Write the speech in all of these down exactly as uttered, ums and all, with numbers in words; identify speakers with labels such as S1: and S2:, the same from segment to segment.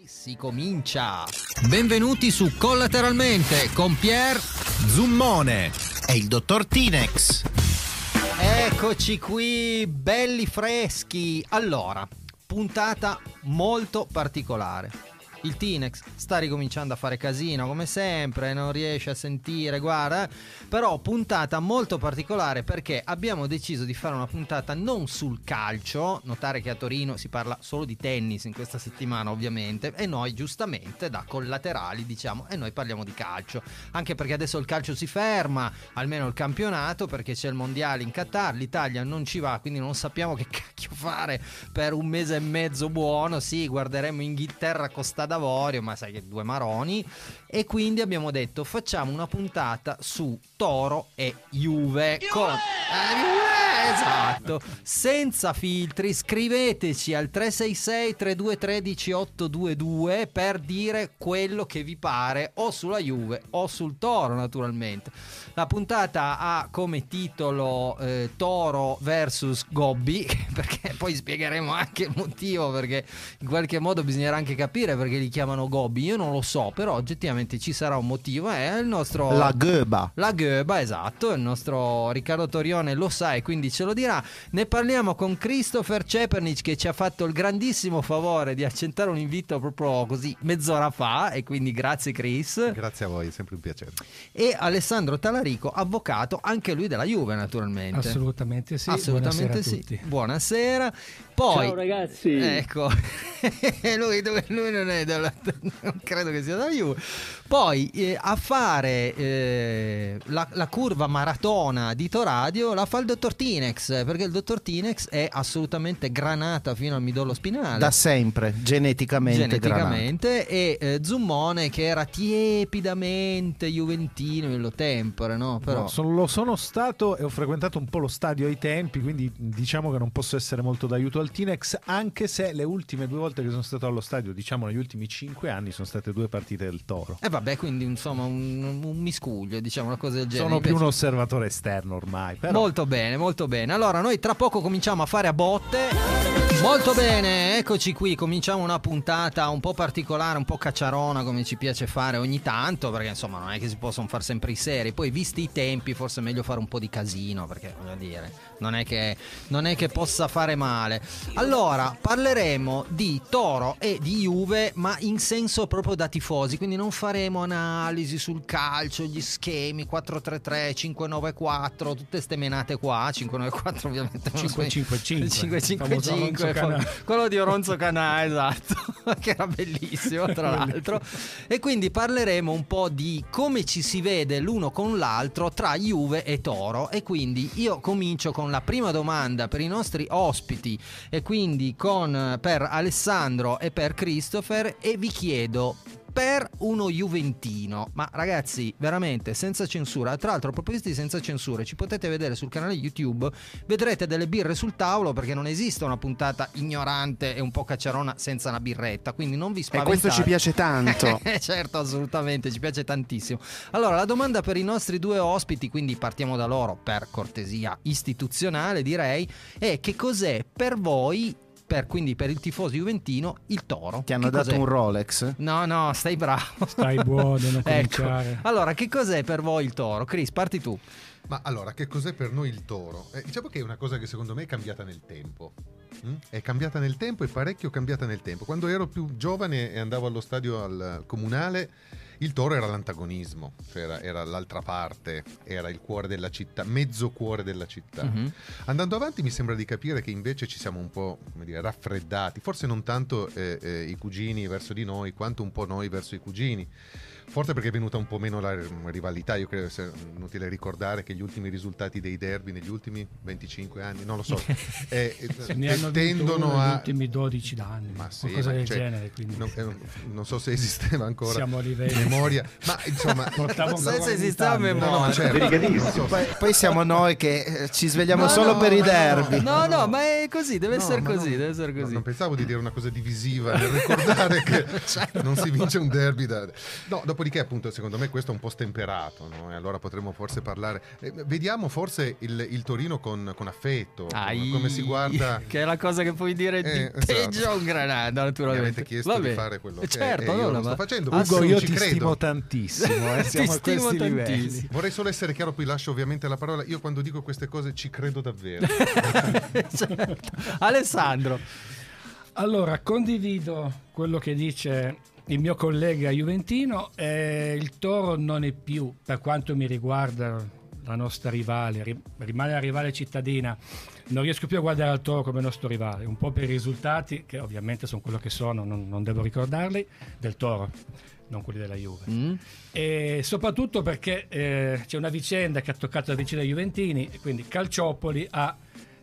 S1: Si comincia. Benvenuti su Collateralmente con Pier
S2: Zummone e il dottor Tinex.
S1: Eccoci qui, belli freschi. Allora, puntata molto particolare. Il Tinex sta ricominciando a fare casino come sempre, non riesce a sentire, guarda, però puntata molto particolare perché abbiamo deciso di fare una puntata non sul calcio. Notare che a Torino si parla solo di tennis in questa settimana ovviamente, e noi giustamente da collaterali diciamo, e noi parliamo di calcio, anche perché adesso il calcio si ferma, almeno il campionato, perché c'è il mondiale in Qatar, l'Italia non ci va, quindi non sappiamo che cacchio fare per un mese e mezzo buono. Sì, guarderemo Inghilterra Costa d'Avorio, ma sai che due maroni, e quindi abbiamo detto facciamo una puntata su Toro e Juve. Juve! Con... Eh, Juve! Esatto, senza filtri. Scriveteci al tre sei sei tre due tre uno otto due due per dire quello che vi pare, o sulla Juve o sul Toro naturalmente. La puntata ha come titolo eh, Toro versus Gobbi, perché poi spiegheremo anche il motivo, perché in qualche modo bisognerà anche capire perché li chiamano Gobbi. Io non lo so, però oggettivamente ci sarà un motivo. È il nostro
S2: La Goeba.
S1: La Goeba, esatto. Il nostro Riccardo Torione lo sa e quindi ce lo dirà. Ne parliamo con Christopher Cepernic, che ci ha fatto il grandissimo favore di accettare un invito proprio così mezz'ora fa, e quindi grazie Chris.
S3: Grazie a voi, è sempre un piacere.
S1: E Alessandro Talarico, avvocato, anche lui della Juve naturalmente.
S4: Assolutamente sì.
S1: Assolutamente
S4: Buonasera
S1: sì.
S4: a tutti.
S1: Buonasera. Poi,
S5: ciao ragazzi.
S1: Ecco, lui, lui non è della, non credo che sia della Juve. Poi eh, a fare eh, la, la curva maratona di Toradio la fa il dottor Tinex, perché il dottor Tinex è assolutamente granata fino al midollo spinale.
S2: Da sempre, geneticamente,
S1: geneticamente e eh, Zummone, che era tiepidamente juventino in lo tempore, no? Però
S6: no, son, lo sono stato e ho frequentato un po' lo stadio ai tempi, quindi diciamo che non posso essere molto d'aiuto al Tinex, anche se le ultime due volte che sono stato allo stadio, diciamo negli ultimi cinque anni, sono state due partite del Toro.
S1: E eh vabbè, quindi insomma un, un miscuglio, diciamo una cosa del genere.
S6: Sono
S1: Invece...
S6: più un osservatore esterno ormai, però...
S1: Molto bene, molto bene. Allora noi tra poco cominciamo a fare a botte. Molto bene, eccoci qui, cominciamo una puntata un po' particolare, un po' cacciarona, come ci piace fare ogni tanto, perché insomma non è che si possono fare sempre i seri. Poi visti i tempi forse è meglio fare un po' di casino, perché voglio dire, non è che, non è che possa fare male. Allora parleremo di Toro e di Juve, ma in senso proprio da tifosi, quindi non faremo analisi sul calcio, gli schemi quattro tre tre, cinque nove quattro, tutte ste menate qua. Cinque nove quattro ovviamente
S4: cinque cinque cinque
S1: cinque cinque cinque, quello di Oronzo Canà, esatto, che era bellissimo tra l'altro. E quindi parleremo un po' di come ci si vede l'uno con l'altro tra Juve e Toro. E quindi io comincio con la prima domanda per i nostri ospiti, e quindi con per Alessandro e per Christopher, e vi chiedo: per uno juventino, ma ragazzi veramente senza censura, tra l'altro a proposito di senza censura, ci potete vedere sul canale YouTube, vedrete delle birre sul tavolo, perché non esiste una puntata ignorante e un po' cacciarona senza una birretta, quindi non vi spaventate.
S2: E questo ci piace tanto.
S1: Certo, assolutamente, ci piace tantissimo. Allora la domanda per i nostri due ospiti, quindi partiamo da loro per cortesia istituzionale direi, è: che cos'è per voi, per quindi per il tifoso juventino, il Toro?
S2: Ti hanno
S1: che
S2: dato
S1: cos'è?
S2: un Rolex?
S1: No, no, stai bravo.
S4: Stai buono, non cominciare.
S1: Ecco. Allora, che cos'è per voi il Toro? Chris, parti tu.
S3: Ma allora, che cos'è per noi il Toro? Eh, diciamo che è una cosa che secondo me è cambiata nel tempo. Mm? È cambiata nel tempo e parecchio cambiata nel tempo. Quando ero più giovane e andavo allo stadio al comunale, il Toro era l'antagonismo, cioè era, era l'altra parte, era il cuore della città, mezzo cuore della città. Uh-huh. Andando avanti mi sembra di capire che invece ci siamo un po', come dire, raffreddati, forse non tanto eh, eh, i cugini verso di noi, quanto un po' noi verso i cugini. Forse perché è venuta un po' meno la rivalità. Io credo sia inutile ricordare che gli ultimi risultati dei derby negli ultimi venticinque anni, non lo so, eh,
S4: ne hanno
S3: tendono
S4: uno
S3: a...
S4: negli ultimi dodici anni,
S3: ma sì,
S4: qualcosa
S3: ma
S4: del
S3: cioè,
S4: genere, quindi.
S3: Non, eh, non so se esisteva ancora.
S4: Siamo a livelli.
S3: Memoria, ma insomma,
S1: non so se esisteva memoria.
S3: No, no, certo.
S2: poi, poi siamo noi che eh, ci svegliamo
S1: no,
S2: solo
S1: no,
S2: per i
S1: no,
S2: derby.
S1: No, no, ma è così, deve
S3: No,
S1: essere
S3: ma
S1: così,
S3: no,
S1: deve essere così.
S3: No, non pensavo di dire una cosa divisiva nel ricordare che
S1: certo.
S3: non si vince un derby da... No, dopodiché appunto secondo me questo è un po' stemperato, no? E allora potremmo forse parlare, eh, vediamo forse il, il Torino con, con affetto,
S1: Ai,
S3: come si guarda,
S1: che è la cosa che puoi dire
S3: Eh,
S1: di peggio
S3: esatto.
S1: a un Granada,
S3: mi
S1: naturalmente.
S3: avete chiesto
S1: Va
S3: di
S1: bene.
S3: fare quello
S1: Eh,
S3: che
S1: certo,
S3: eh, io
S1: no,
S3: non
S1: ma-
S3: sto facendo,
S1: Ah,
S6: Ugo,
S3: non
S6: io
S3: ci
S6: ti
S3: credo.
S6: stimo tantissimo, eh,
S1: Ti
S6: siamo a
S1: stimo
S6: questi
S1: tantissimo.
S6: livelli.
S3: Vorrei solo essere chiaro, poi lascio ovviamente la parola. Io quando dico queste cose ci credo davvero.
S1: Certo. Alessandro.
S4: Allora, condivido quello che dice il mio collega juventino. Eh, il Toro non è più, per quanto mi riguarda, la nostra rivale, ri- rimane la rivale cittadina. Non riesco più a guardare al Toro come nostro rivale, un po' per i risultati, che ovviamente sono quello che sono, non, non devo ricordarli, del Toro, non quelli della Juve.
S1: Mm.
S4: E soprattutto perché eh, c'è una vicenda che ha toccato la vicenda dei Juventini, e quindi Calciopoli ha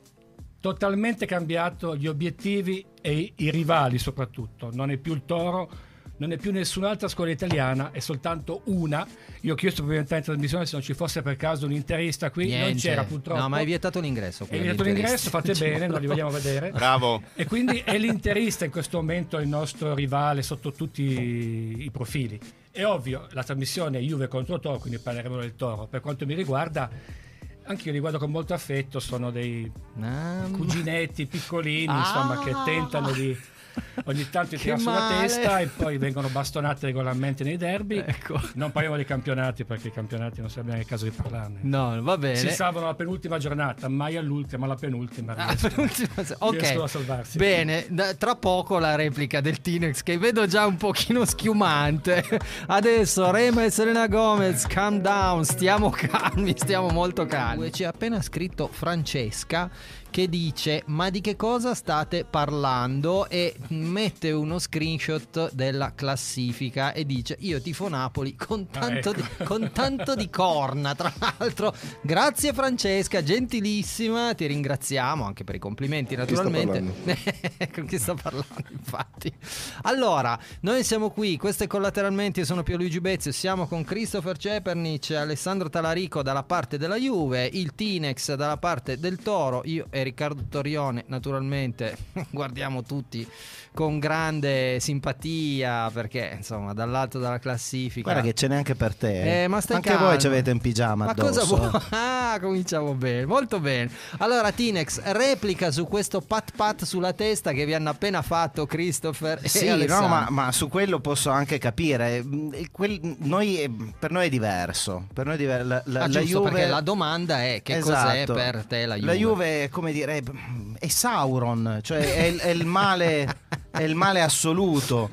S4: totalmente cambiato gli obiettivi e i, i rivali soprattutto. Non è più il Toro, non è più nessun'altra scuola italiana, è soltanto una. Io ho chiesto prima in trasmissione se non ci fosse per caso un interista qui, non
S1: Niente.
S4: c'era purtroppo.
S1: No, ma hai vietato l'ingresso.
S4: È
S1: quello
S4: vietato
S1: degli
S4: l'ingresso, fate
S1: interisti.
S4: bene, non li vogliamo vedere.
S5: Bravo.
S4: E quindi è l'interista in questo momento il nostro rivale sotto tutti i profili. È ovvio, la trasmissione è Juve contro Toro, quindi parleremo del Toro. Per quanto mi riguarda, anche io li guardo con molto affetto, sono dei
S1: Ah,
S4: cuginetti piccolini,
S1: Ah.
S4: insomma, che tentano di ogni tanto di
S1: Che
S4: tirare sulla
S1: male.
S4: testa e poi vengono bastonati regolarmente nei derby.
S1: Ecco.
S4: Non parliamo dei campionati, perché i campionati non sappiamo neanche il caso di parlarne.
S1: No, va bene.
S4: Si salvano alla penultima giornata, mai all'ultima, alla penultima.
S1: Ah,
S4: riescono-
S1: penultima- ok,
S4: riescono a salvarsi.
S1: bene, da- tra poco la replica del Tinex che vedo già un pochino schiumante. Adesso Rema e Selena Gomez, calm down, stiamo calmi, stiamo molto calmi. Ci ha appena scritto Francesca che dice: ma di che cosa state parlando? E mette uno screenshot della classifica e dice: io tifo Napoli con tanto,
S4: Ah, ecco.
S1: di, con tanto di corna, tra l'altro. Grazie Francesca, gentilissima, ti ringraziamo anche per i complimenti naturalmente. Con chi sta parlando, infatti. Allora, noi siamo qui, questo è Collateralmente, io sono Pierluigi Bezio, siamo con Christopher Cepernic, Alessandro Talarico dalla parte della Juve, il Tinex dalla parte del Toro, io e Riccardo Torione naturalmente guardiamo tutti con grande simpatia perché insomma dall'alto della classifica.
S7: Guarda che ce n'è anche per te.
S1: Eh, ma stai
S7: anche
S1: calmo.
S7: voi ci avete in pigiama
S1: Ma
S7: addosso.
S1: cosa vuoi? Ah, cominciamo bene, molto bene. Allora Tinex, replica su questo pat pat sulla testa che vi hanno appena fatto Christopher e
S7: Sì, no,
S1: Alessandro.
S7: ma, ma su quello posso anche capire. Mm, Quel- noi, per noi è diverso. Per noi è diver- la, la,
S1: Ah,
S7: la
S1: giusto,
S7: Juve,
S1: perché la domanda è che cos'è
S7: Esatto.
S1: per te la Juve?
S7: La Juve, come dire, è, è Sauron, cioè è, il- è il male, è il male assoluto.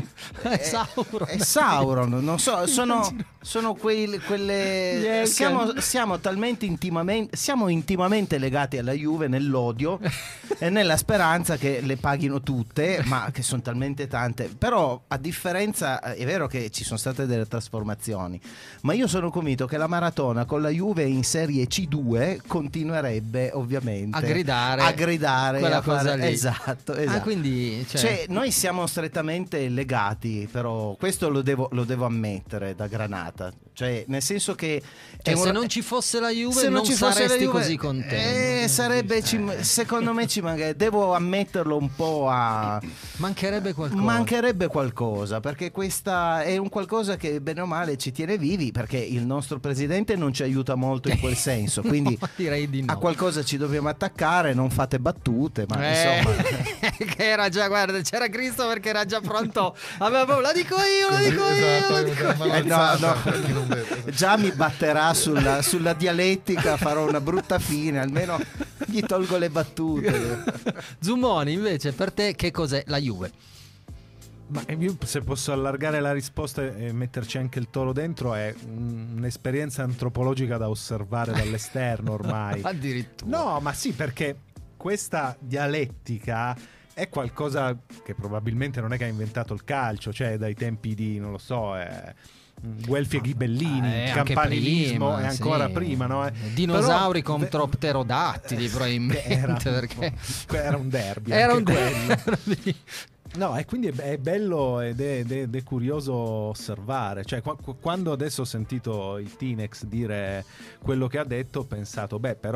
S1: È Sauron.
S7: È Sauron, non so, sono, sono quei, quelle.
S1: Gli
S7: Siamo, siamo talmente intimamente, siamo intimamente legati alla Juve nell'odio e nella speranza che le paghino tutte, ma che sono talmente tante. Però, a differenza, è vero che ci sono state delle trasformazioni, ma io sono convinto che la maratona con la Juve in Serie C due continuerebbe ovviamente
S1: A gridare
S7: a gridare
S1: quella
S7: a fare-
S1: cosa lì.
S7: Esatto, esatto.
S1: Ah, quindi cioè,
S7: Cioè, noi siamo strettamente legati, però questo lo devo, lo devo ammettere da Granata. Cioè, nel senso che è
S1: cioè,
S7: un-
S1: se non ci fosse la Juve
S7: se
S1: non,
S7: ci fosse la
S1: saresti
S7: Juve,
S1: così contento.
S7: eh, sarebbe, ci- secondo me, ci manca- devo ammetterlo un po' a.
S1: Mancherebbe qualcosa.
S7: Mancherebbe qualcosa, perché questa è un qualcosa che bene o male ci tiene vivi, perché il nostro presidente non ci aiuta molto in quel senso, quindi
S1: No, direi di no.
S7: a qualcosa ci dobbiamo attaccare, non fate battute, ma
S1: Eh,
S7: insomma.
S1: che era già, guarda, c'era Cristo perché era già pronto. Aveva proprio, la dico io, la dico io.
S3: Esatto,
S1: la dico io.
S3: ma l'ho
S7: Eh, no,
S3: alzata,
S7: no.
S3: per chi non vede.
S7: Già mi batterà sulla, sulla dialettica, farò una brutta fine, almeno gli tolgo le battute.
S1: Zumoni, invece, per te che cos'è la Juve?
S6: Ma io, se posso allargare la risposta e metterci anche il Toro dentro, è un- un'esperienza antropologica da osservare dall'esterno ormai.
S1: Addirittura.
S6: No, ma sì, perché questa dialettica è qualcosa che probabilmente non è che ha inventato il calcio, cioè dai tempi di, non lo so, eh, Guelfi e Ghibellini,
S1: Eh,
S6: il
S1: anche
S6: campanilismo
S1: prima,
S6: e ancora
S1: sì.
S6: prima, no? Eh,
S1: Dinosauri
S6: però-
S1: contro pterodattili, probabilmente.
S6: Che era,
S1: perché
S6: era un derby.
S1: era
S6: anche
S1: un
S6: quello.
S1: derby.
S6: No, e quindi è, è bello ed è, ed è- ed è curioso osservare. Cioè, qua- quando adesso ho sentito il Tinex dire quello che ha detto, ho pensato, beh, però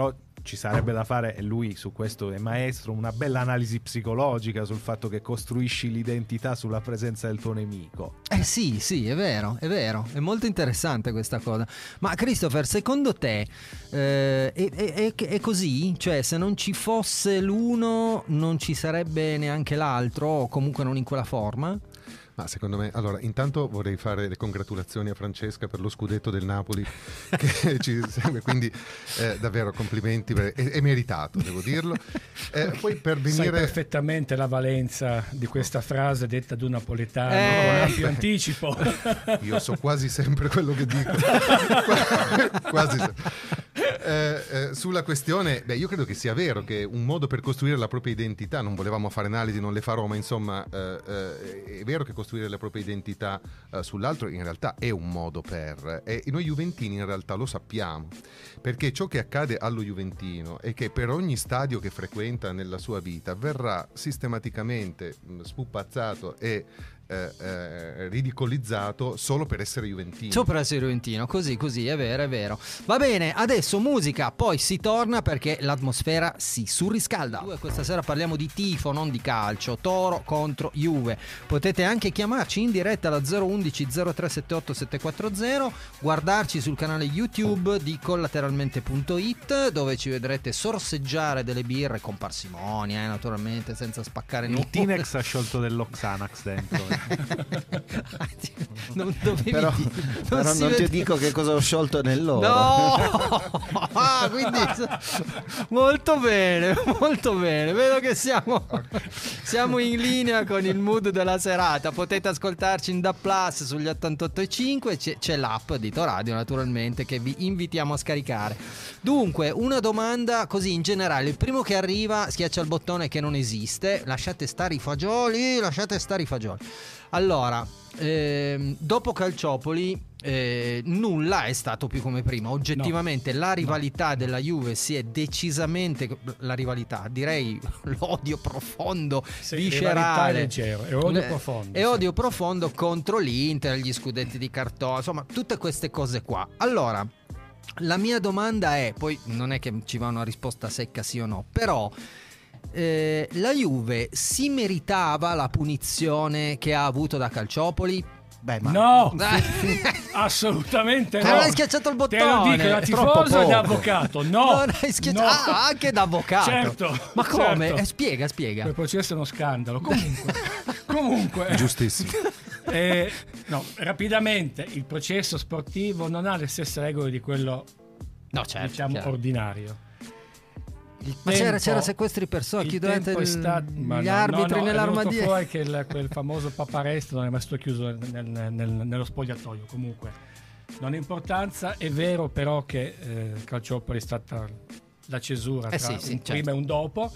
S6: ci sarebbe da fare, e lui su questo è maestro, una bella analisi psicologica sul fatto che costruisci l'identità sulla presenza del tuo nemico.
S1: Eh sì, sì, è vero, è vero, è molto interessante questa cosa. Ma Christopher, secondo te eh, è, è, è così? Cioè, se non ci fosse l'uno non ci sarebbe neanche l'altro, o comunque non in quella forma?
S3: Ma secondo me, allora, intanto vorrei fare le congratulazioni a Francesca per lo scudetto del Napoli che ci segue, quindi eh, davvero complimenti, è, è meritato, devo dirlo. Eh, poi per venire...
S4: Sai perfettamente la valenza di questa frase detta da un napoletano
S1: Eh.
S4: con ampio anticipo.
S3: Io so quasi sempre quello che dico. Quasi sempre. Eh, eh, sulla questione, beh, io credo che sia vero che un modo per costruire la propria identità, non volevamo fare analisi, non le farò, ma insomma eh, eh, è vero che costruire la propria identità eh, sull'altro in realtà è un modo per, e noi juventini in realtà lo sappiamo, perché ciò che accade allo juventino è che per ogni stadio che frequenta nella sua vita verrà sistematicamente mh, spupazzato e Eh, eh, ridicolizzato solo per essere juventino.
S1: Solo per essere juventino, così, così, è vero, è vero. Va bene, adesso musica, poi si torna perché l'atmosfera si surriscalda. Questa sera parliamo di tifo, non di calcio. Toro contro Juve. Potete anche chiamarci in diretta alla zero undici zero tre sette otto sette quattro zero, guardarci sul canale YouTube di collateralmente punto it, dove ci vedrete sorseggiare delle birre con parsimonia, eh, naturalmente, senza spaccare nulla.
S6: Il Tinex ha sciolto dell'Oxanax dentro.
S1: Non dovevi
S7: Però,
S1: dire-
S7: però
S1: si
S7: non ti
S1: vede-
S7: dico che cosa ho sciolto nell'oro.
S1: No! Ah, quindi molto bene, molto bene. Vedo che siamo, siamo in linea con il mood della serata. Potete ascoltarci in D A B Plus sugli ottantotto e cinque. C'è, c'è l'app di Toradio, naturalmente, che vi invitiamo a scaricare. Dunque, una domanda così in generale. Il primo che arriva schiaccia il bottone che non esiste. Lasciate stare i fagioli, lasciate stare i fagioli. Allora, ehm, dopo Calciopoli eh, nulla è stato più come prima. Oggettivamente la rivalità della Juve si è decisamente, la rivalità, direi l'odio profondo,
S4: Sì, rivalità
S1: viscerale,
S4: leggero, è odio
S1: Eh,
S4: profondo,
S1: e
S4: sì.
S1: odio profondo contro l'Inter, gli scudetti di cartone, insomma tutte queste cose qua. Allora, la mia domanda è, poi non è che ci va una risposta secca sì o no, però eh, la Juve si meritava la punizione che ha avuto da Calciopoli?
S7: Beh, ma
S4: No,
S1: Dai.
S4: assolutamente
S1: Non
S4: no.
S1: hai schiacciato il
S4: Te lo
S1: bottone,
S4: dico da
S1: è troppo
S4: tifoso e da
S1: poco.
S4: avvocato. No,
S1: Non hai schiacciato-
S4: no.
S1: Ah, anche da avvocato.
S4: Certo,
S1: Ma come?
S4: certo.
S1: Eh, spiega, spiega.
S4: Quel processo è uno scandalo. Comunque, comunque
S3: Giustissimo.
S4: eh, no, rapidamente, il processo sportivo non ha le stesse regole di quello,
S1: No, certo,
S4: diciamo,
S1: chiaro.
S4: ordinario. Il
S1: Ma c'era,
S4: tempo-
S1: c'era sequestri persone,
S4: il
S1: chiudete
S4: tempo è
S1: il-
S4: stato- ma
S1: gli
S4: no,
S1: arbitri
S4: no, no, è
S1: nell'armadio.
S4: venuto fuori che il- quel famoso paparesto non è mai stato chiuso nel- nel- nel- nello spogliatoio. Comunque non ha importanza. È vero però che eh, Calciopoli è stata la cesura
S1: Eh
S4: tra
S1: sì,
S4: un
S1: sì,
S4: prima
S1: certo.
S4: e un dopo,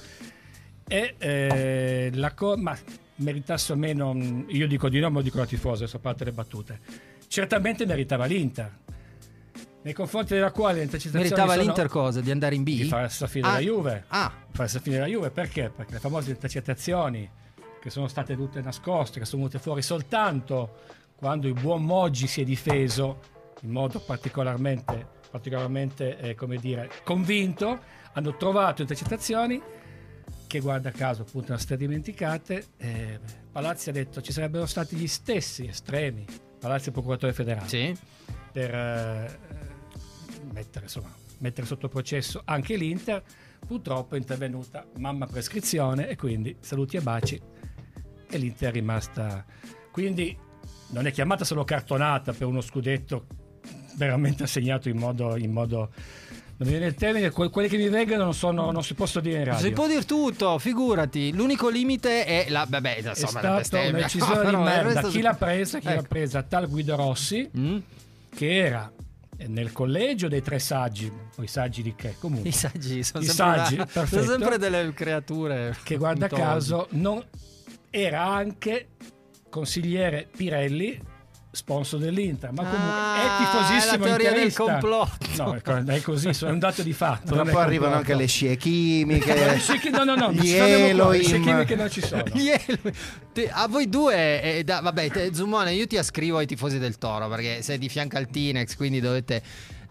S4: e eh, la co- ma meritasse o meno, mh, io dico di no, ma lo dico la tifosa, adesso a parte le battute, certamente meritava l'Inter, nei confronti della quale le intercettazioni
S1: Meritava
S4: sono
S1: l'Inter cosa? Di andare in B?
S4: di far finire
S1: Ah,
S4: la Juve.
S1: Ah,
S4: Farsi finire la Juve perché? Perché le famose intercettazioni che sono state tutte nascoste, che sono venute fuori soltanto quando il buon Moggi si è difeso in modo particolarmente, particolarmente eh, come dire, convinto, hanno trovato intercettazioni che, guarda caso, appunto erano state dimenticate. eh, Palazzi ha detto ci sarebbero stati gli stessi estremi, Palazzi è il procuratore federale,
S1: sì.
S4: per eh, mettere, insomma, mettere sotto processo anche l'Inter. Purtroppo è intervenuta mamma prescrizione e quindi saluti e baci, e l'Inter è rimasta, quindi non è chiamata solo cartonata per uno scudetto veramente assegnato in modo, in modo non mi viene il termine, que- quelli che mi vengono non, sono, non si possono dire in radio.
S1: Si può dire tutto, figurati. L'unico limite è la. Vabbè,
S4: È
S1: insomma, la
S4: stata
S1: bestemmia.
S4: una decisione di
S1: Però il
S4: merda.
S1: resto-
S4: Chi l'ha presa? Chi l'ha
S1: Ecco.
S4: presa? Tal Guido Rossi,
S1: Mm?
S4: che era nel collegio dei tre saggi, poi saggi di che? Comunque.
S1: I saggi sono
S4: I
S1: sempre,
S4: saggi,
S1: una- sono
S4: perfetto.
S1: sempre delle creature.
S4: Che guarda
S1: fantose.
S4: caso non era anche consigliere Pirelli, sponsor dell'Inter, ma comunque
S1: Ah,
S4: è tifosissimo
S1: è la teoria del
S4: interista.
S1: complotto.
S4: No, è così, è un dato di fatto. non è
S7: dopo arrivano
S4: complotto.
S7: anche le scie chimiche.
S4: Le scie chi- no, no, no,
S7: gli
S4: ci fermiamo qua, le
S7: Elohim.
S4: scie chimiche non ci sono.
S1: Ieri- te- a voi due, eh, da- vabbè, te, Zumone, io ti ascrivo ai tifosi del Toro perché sei di fianco al Tinex, quindi dovete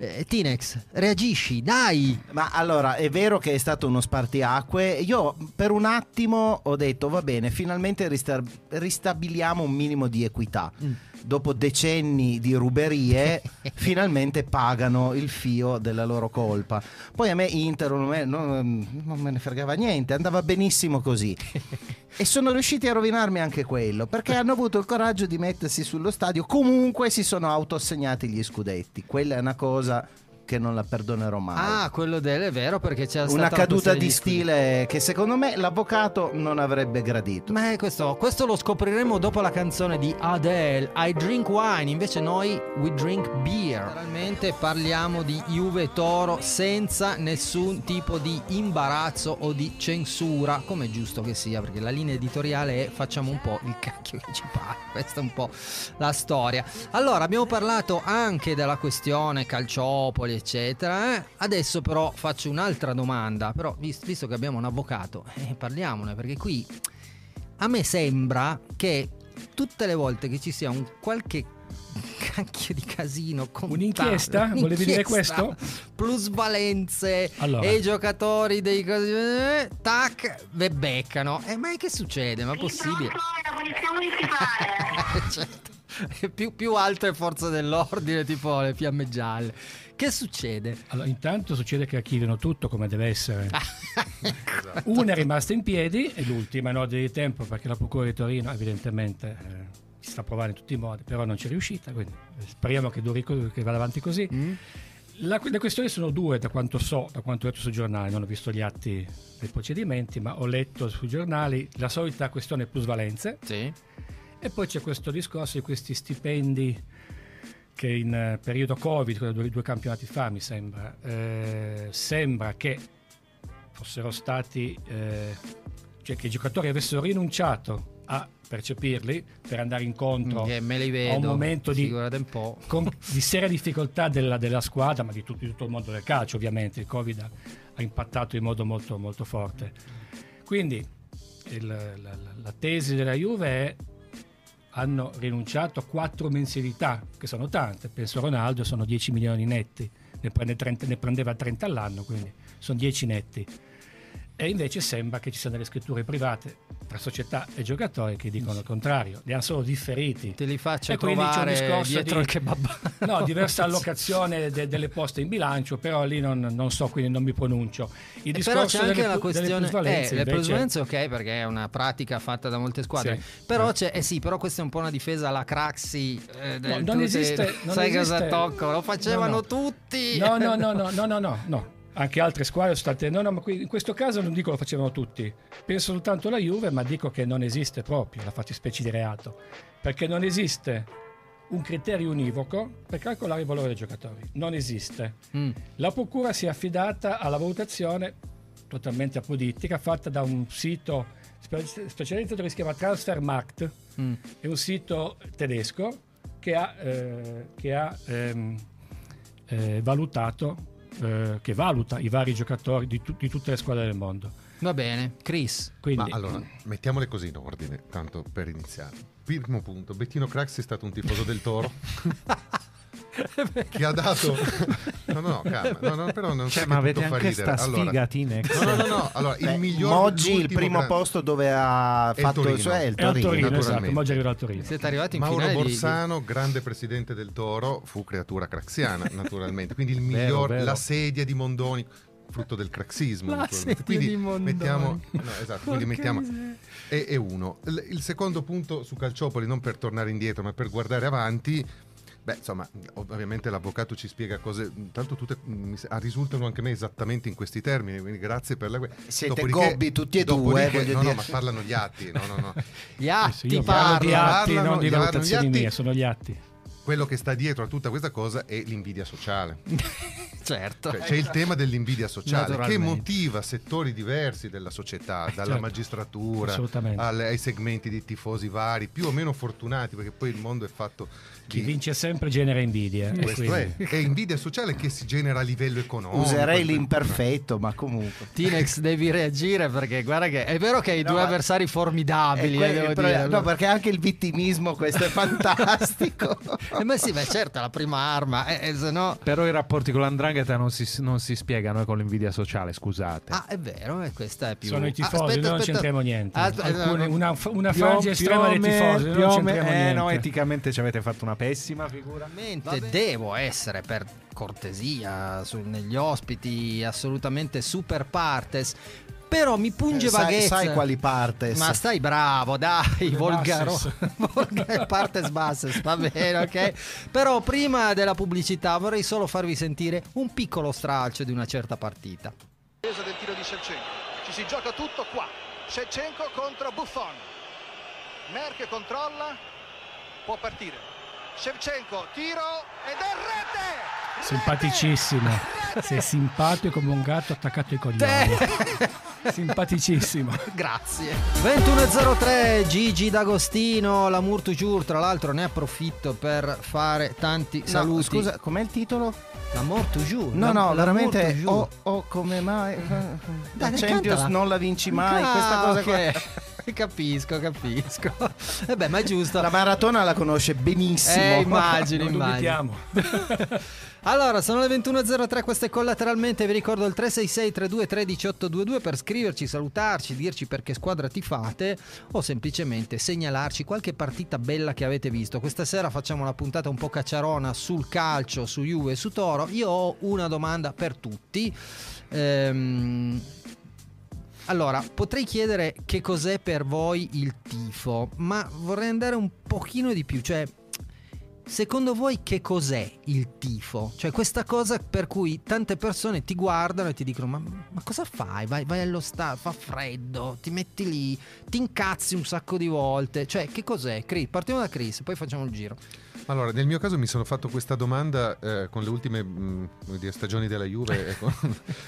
S1: Eh, Tinex, reagisci, dai!
S7: Ma allora, è vero che è stato uno spartiacque. Io per un attimo ho detto, va bene, finalmente rista- ristabiliamo un minimo di equità. Mm. Dopo decenni di ruberie, finalmente pagano il fio della loro colpa. Poi a me Inter non me, non, non me ne fregava niente, andava benissimo così. E sono riusciti a rovinarmi anche quello, perché hanno avuto il coraggio di mettersi sullo stadio. Comunque si sono autoassegnati gli scudetti. Quella è una cosa che non la perdonerò mai.
S1: Ah, quello del è vero, perché c'è
S7: una
S1: stata
S7: caduta
S1: una
S7: di
S1: di
S7: stile che secondo me l'avvocato non avrebbe gradito.
S1: Ma questo, questo lo scopriremo dopo la canzone di Adele, I Drink Wine. Invece noi we drink beer. Naturalmente parliamo di Juve Toro senza nessun tipo di imbarazzo o di censura, come è giusto che sia, perché la linea editoriale è facciamo un po' il cacchio che ci pare. Questa è un po' la storia. Allora, abbiamo parlato anche della questione Calciopoli eccetera, eh? Adesso però faccio un'altra domanda, però visto, visto che abbiamo un avvocato, eh, parliamone, perché qui a me sembra che tutte le volte che ci sia un qualche cacchio di casino contabile,
S4: un'inchiesta,
S1: un'inchiesta,
S4: volevi dire questo?
S1: Plusvalenze
S4: allora.
S1: E i giocatori dei eh, tac ve beccano, e eh, ma che succede? Ma è possibile?
S5: La polizia municipale.
S1: Certo. Più, più altre forze dell'ordine, tipo le fiamme gialle. Che succede?
S4: Allora, intanto succede che archiviano tutto come deve essere. Una è rimasta in piedi e l'ultima in ordine di tempo, perché la Procura di Torino evidentemente eh, si sta provando in tutti i modi, però non c'è riuscita, quindi speriamo che duri, che vada avanti così. Mm. La, le questioni sono due, da quanto so, da quanto ho letto sui giornali. Non ho visto gli atti dei procedimenti, ma ho letto sui giornali la solita questione plusvalenze.
S1: Sì.
S4: E poi c'è questo discorso di questi stipendi che in periodo Covid, due, due campionati fa mi sembra, eh, sembra che fossero stati, eh, cioè che i giocatori avessero rinunciato a percepirli per andare incontro
S1: che me li vedo,
S4: a un momento di,
S1: un po'.
S4: Con, di seria difficoltà della, della squadra, ma di tutto, di tutto il mondo del calcio ovviamente. Il Covid ha, ha impattato in modo molto, molto forte. Quindi il, la, la, la tesi della Juve è: hanno rinunciato a quattro mensilità, che sono tante. Penso a Ronaldo, sono dieci milioni netti, ne, prende trenta, ne prendeva trenta all'anno, quindi sono dieci netti. E invece sembra che ci siano delle scritture private tra società e giocatori che dicono il contrario, li hanno solo differiti.
S1: Te li faccio
S4: e
S1: trovare dietro
S4: di,
S1: il kebab.
S4: No, diversa allocazione de, delle poste in bilancio, però lì non, non so, quindi non mi pronuncio. Il
S1: però c'è anche
S4: delle,
S1: la questione
S4: delle plusvalenze,
S1: eh, le
S4: invece...
S1: plusvalenze ok, perché è una pratica fatta da molte squadre,
S4: sì.
S1: però
S4: eh.
S1: c'è eh sì, però questa è un po' una difesa alla Craxi, eh,
S4: no, non esiste, non
S1: sai
S4: esiste.
S1: cosa tocco? Lo facevano
S4: no, no.
S1: tutti.
S4: No, no, no, no, no, no, no, no. Anche altre squadre sono state, no, no, ma in questo caso non dico lo facevano tutti, penso soltanto alla Juve, ma dico che non esiste proprio la fattispecie di reato, perché non esiste un criterio univoco per calcolare il valore dei giocatori, non esiste. Mm. La procura si è affidata alla valutazione totalmente apodittica fatta da un sito specializzato che si chiama Transfermarkt, mm. è un sito tedesco che ha, eh, che ha ehm, eh, valutato Eh, che valuta i vari giocatori di, tu- di tutte le squadre del mondo.
S1: Va bene, Chris.
S3: Quindi, ma allora, mettiamole così in ordine, tanto per iniziare. Primo punto, Bettino Craxi è stato un tifoso del Toro che ha dato no no no calma no, no, però non
S6: cioè,
S3: so
S6: ma
S3: che
S6: avete
S3: tutto
S6: anche
S3: fa
S6: sta
S3: ridere.
S6: sfiga Tinex.
S3: No, no, no, no. Allora, il
S7: Beh,
S3: miglior
S7: Moggi il primo
S3: gran...
S7: posto dove ha
S3: è
S7: fatto
S3: Torino.
S7: il suo è il
S4: È al
S7: Torino,
S4: Torino, esatto,
S7: naturalmente.
S4: Moggi arriva al Torino.
S1: Siete arrivati in
S3: Mauro
S1: finale
S3: Borsano,
S1: di...
S3: grande presidente del Toro, fu creatura craxiana, naturalmente. Quindi il
S6: Vero,
S3: miglior,
S6: vero.
S3: la sedia di Mondoni, frutto del craxismo.
S1: La sedia
S3: quindi
S1: di Mondoni.
S3: mettiamo, no, esatto, quindi mettiamo e, e uno. Il, il secondo punto su Calciopoli, non per tornare indietro, ma per guardare avanti. Beh, insomma, ovviamente l'avvocato ci spiega cose, tanto tutte mi sa- risultano anche a me esattamente in questi termini, quindi grazie per la...
S7: Siete
S3: Dopodiché-
S7: gobbi tutti e due,
S3: dopodiché-
S7: voglio
S3: no,
S7: dire.
S3: no, ma parlano gli atti, no, no, no.
S1: Gli
S4: Eh
S1: atti
S4: sì, io parlo di
S1: parlano.
S4: atti,
S3: parlano,
S4: non di
S3: gli parlano
S4: valutazioni
S3: gli atti.
S4: mie, sono gli atti.
S3: Quello che sta dietro a tutta questa cosa è l'invidia sociale.
S1: Certo. certo.
S3: Cioè, c'è il tema dell'invidia sociale che
S6: Naturalmente.
S3: motiva settori diversi della società, dalla
S4: certo.
S3: magistratura
S4: Assolutamente.
S3: al- ai segmenti di tifosi vari, più o meno fortunati, perché poi il mondo è fatto
S4: Chi
S3: di...
S4: vince sempre genera invidia. e
S3: Questo
S4: quindi-
S3: è, è invidia sociale che si genera a livello economico.
S7: Userei l'imperfetto, ma comunque.
S1: Tinex, devi reagire perché guarda che è vero che hai
S7: No,
S1: due
S7: ma-
S1: avversari formidabili,
S7: Eh, que-
S1: eh, devo
S7: però-
S1: dire.
S7: no, perché anche il vittimismo, questo è fantastico.
S1: Eh, ma sì, beh, certo, è la prima arma, eh, eh, se no...
S6: Però i rapporti con l'andrangheta non si, non si spiegano con l'invidia sociale, scusate.
S1: Ah, è vero, e questa è più...
S4: Sono i tifosi,
S1: Ah, aspetta,
S4: noi non
S1: aspetta.
S4: c'entriamo niente.
S1: Aspetta,
S4: Alcune-
S1: no,
S4: una, una
S6: Più-
S4: frangia
S6: più
S4: estrema
S6: o
S4: dei
S6: me-
S4: tifosi,
S6: più
S4: non
S6: o
S4: c'entriamo
S6: me- eh, no,
S4: niente.
S6: eticamente ci avete fatto una pessima figura.
S1: Ovviamente devo essere, per cortesia su- negli ospiti, assolutamente super partes. Però mi punge
S7: sai,
S1: vaghezza.
S7: sai quali partes?
S1: Ma stai bravo, dai, volgaro.
S4: basses.
S1: Volga- partes basses, va bene, ok? Però prima della pubblicità vorrei solo farvi sentire un piccolo stralcio di una certa partita.
S8: Difesa del tiro di Shevchenko, ci si gioca tutto qua. Shevchenko contro Buffon. Merck controlla, può partire. Shevchenko, tiro ed è rete!
S4: Simpaticissimo. Sei simpatico come un gatto attaccato ai coglioni. Simpaticissimo.
S1: Grazie. ventuno e zero tre, Gigi D'Agostino, l'amour toujours. Tra l'altro ne approfitto per fare tanti
S7: No,
S1: saluti.
S7: scusa, com'è il titolo?
S1: L'amour toujours.
S7: No,
S1: la-
S7: no,
S1: l'amour
S7: veramente.
S1: toujours.
S7: Oh, oh, come mai? La
S1: Dai,
S7: Champions
S1: cantala.
S7: non la vinci mai.
S1: Ah,
S7: Questa cosa qua.
S1: ok. Capisco, capisco. E beh, ma è giusto.
S7: La maratona la conosce benissimo.
S1: Eh, immagino,
S4: Non
S1: immagino.
S4: dubitiamo.
S1: Allora, sono le ventuno e zero tre, questo è Collateralmente. Vi ricordo il tre sei sei tre due tre uno otto due due per scriverci, salutarci, dirci perché squadra tifate o semplicemente segnalarci qualche partita bella che avete visto. Questa sera facciamo una puntata un po' cacciarona sul calcio, su Juve e su Toro. Io ho una domanda per tutti. Ehm... Allora, potrei chiedere che cos'è per voi il tifo, ma vorrei andare un pochino di più, cioè secondo voi che cos'è il tifo? Cioè questa cosa per cui tante persone ti guardano e ti dicono ma, ma cosa fai? Vai, vai allo stadio, fa freddo, ti metti lì, ti incazzi un sacco di volte. Cioè che cos'è? Chris, partiamo da Chris, poi facciamo il giro.
S3: Allora, nel mio caso mi sono fatto questa domanda eh, con le ultime mh, come dire, stagioni della Juve e con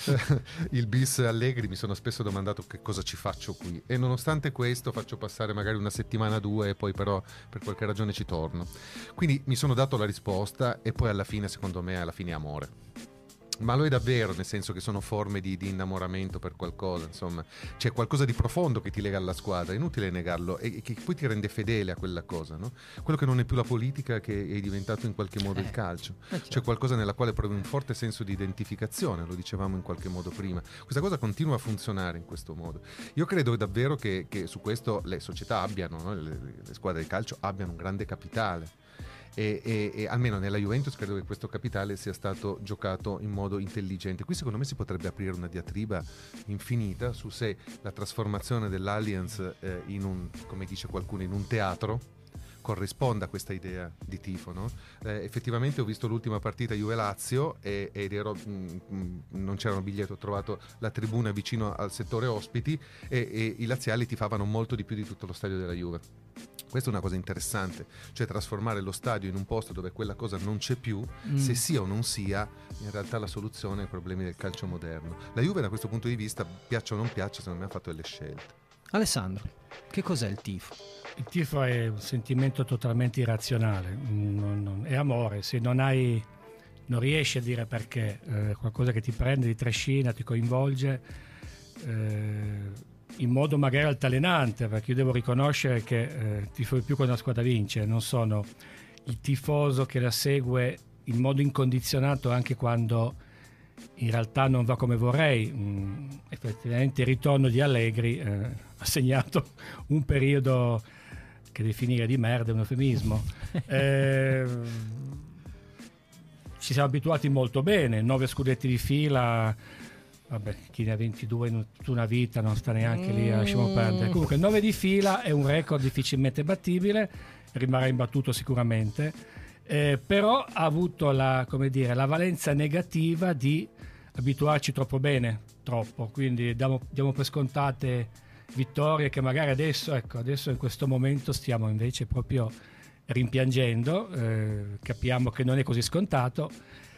S3: il bis Allegri mi sono spesso domandato che cosa ci faccio qui, e nonostante questo faccio passare magari una settimana, due, e poi però per qualche ragione ci torno. Quindi mi sono dato la risposta e poi alla fine, secondo me, alla fine è amore. Ma lo è davvero, nel senso che sono forme di, di innamoramento per qualcosa, insomma c'è qualcosa di profondo che ti lega alla squadra, è inutile negarlo, e, e che poi ti rende fedele a quella cosa, no? Quello che non è più la politica, che è diventato in qualche modo
S1: Eh,
S3: il calcio.
S1: eh, certo.
S3: C'è qualcosa nella quale provi un forte senso di identificazione, lo dicevamo in qualche modo prima. Questa cosa continua a funzionare in questo modo. Io credo davvero che, che su questo le società abbiano, no? le, le squadre di calcio abbiano un grande capitale. E, e, e almeno nella Juventus credo che questo capitale sia stato giocato in modo intelligente. Qui secondo me si potrebbe aprire una diatriba infinita su se la trasformazione dell'Allianz eh, in un, come dice qualcuno, in un teatro corrisponda a questa idea di tifo, no? Eh, effettivamente ho visto l'ultima partita Juve-Lazio e, ed ero mh, mh, non c'era un biglietto, ho trovato la tribuna vicino al settore ospiti e, e i laziali tifavano molto di più di tutto lo stadio della Juve. Questa è una cosa interessante, cioè trasformare lo stadio in un posto dove quella cosa non c'è più,
S1: Mm.
S3: se sia o non sia in realtà la soluzione ai problemi del calcio moderno. La Juve da questo punto di vista, piaccia o non piaccia, secondo me ha fatto delle scelte.
S1: Alessandro, che cos'è il tifo?
S4: Il tifo è un sentimento totalmente irrazionale, non- non- è amore. Se non hai, non riesci a dire perché, eh, qualcosa che ti prende, ti trascina, ti coinvolge, eh, in modo magari altalenante, perché io devo riconoscere che eh, tifo di più quando la squadra vince, non sono il tifoso che la segue in modo incondizionato anche quando in realtà non va come vorrei. Mm, effettivamente il ritorno di Allegri eh, ha segnato un periodo che definire di merda è un eufemismo. eh, ci siamo abituati molto bene, nove scudetti di fila. Vabbè, chi ne ha ventidue in tutta una vita non sta neanche lì, lasciamo perdere. Comunque nove di fila è un record difficilmente battibile, rimarrà imbattuto sicuramente, eh, però ha avuto la, come dire, la valenza negativa di abituarci troppo bene, troppo, quindi diamo, diamo per scontate vittorie che magari adesso, ecco, adesso in questo momento stiamo invece proprio rimpiangendo, eh, capiamo che non è così scontato.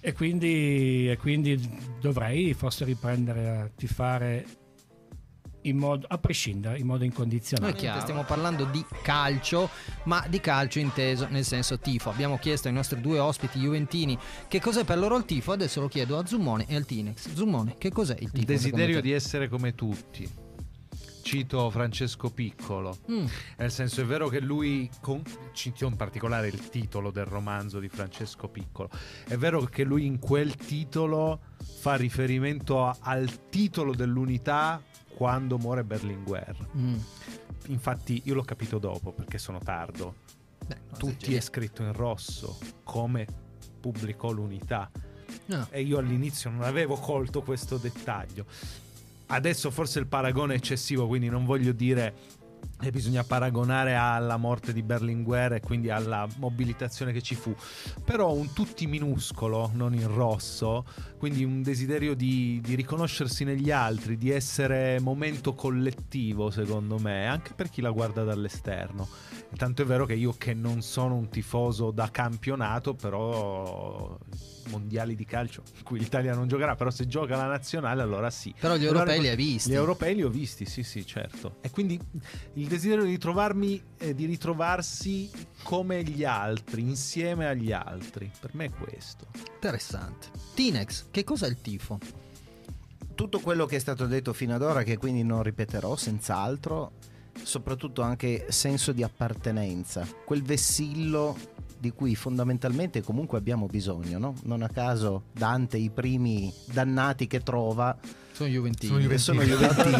S4: e quindi, e quindi dovrei forse riprendere a tifare in modo, a prescindere, in modo incondizionato.
S1: Stiamo parlando di calcio, ma di calcio inteso nel senso tifo. Abbiamo chiesto ai nostri due ospiti juventini che cos'è per loro il tifo, adesso lo chiedo a Zummone e al Tinex. Zummone, che cos'è il tifo?
S6: Il desiderio di essere come tutti. Cito Francesco Piccolo, mm. nel senso, è vero che lui, con, cito in particolare il titolo del romanzo di Francesco Piccolo, è vero che lui in quel titolo fa riferimento a, al titolo dell'unità quando muore Berlinguer. Mm. Infatti io l'ho capito dopo, perché sono tardo. Beh, tutti è scritto in rosso, come pubblicò l'unità. No. E io all'inizio non avevo colto questo dettaglio. Adesso forse il paragone è eccessivo, quindi non voglio dire che bisogna paragonare alla morte di Berlinguer e quindi alla mobilitazione che ci fu, però un tutti minuscolo, non in rosso, quindi un desiderio di, di riconoscersi negli altri, di essere momento collettivo, secondo me, anche per chi la guarda dall'esterno. Tanto è vero che io, che non sono un tifoso da campionato, però mondiali di calcio in cui l'Italia non giocherà, però se gioca la nazionale allora sì.
S1: Però gli europei li hai visti.
S6: Gli europei li ho visti, sì sì, certo. E quindi il desiderio di ritrovarmi, eh, di ritrovarsi come gli altri, insieme agli altri, per me è questo.
S1: Interessante. Tinex, che cos'è il tifo?
S7: Tutto quello che è stato detto fino ad ora, che quindi non ripeterò senz'altro, soprattutto anche senso di appartenenza, quel vessillo di cui fondamentalmente comunque abbiamo bisogno, no? Non a caso Dante i primi dannati che trova
S1: sono juventini.
S7: Sono juventini.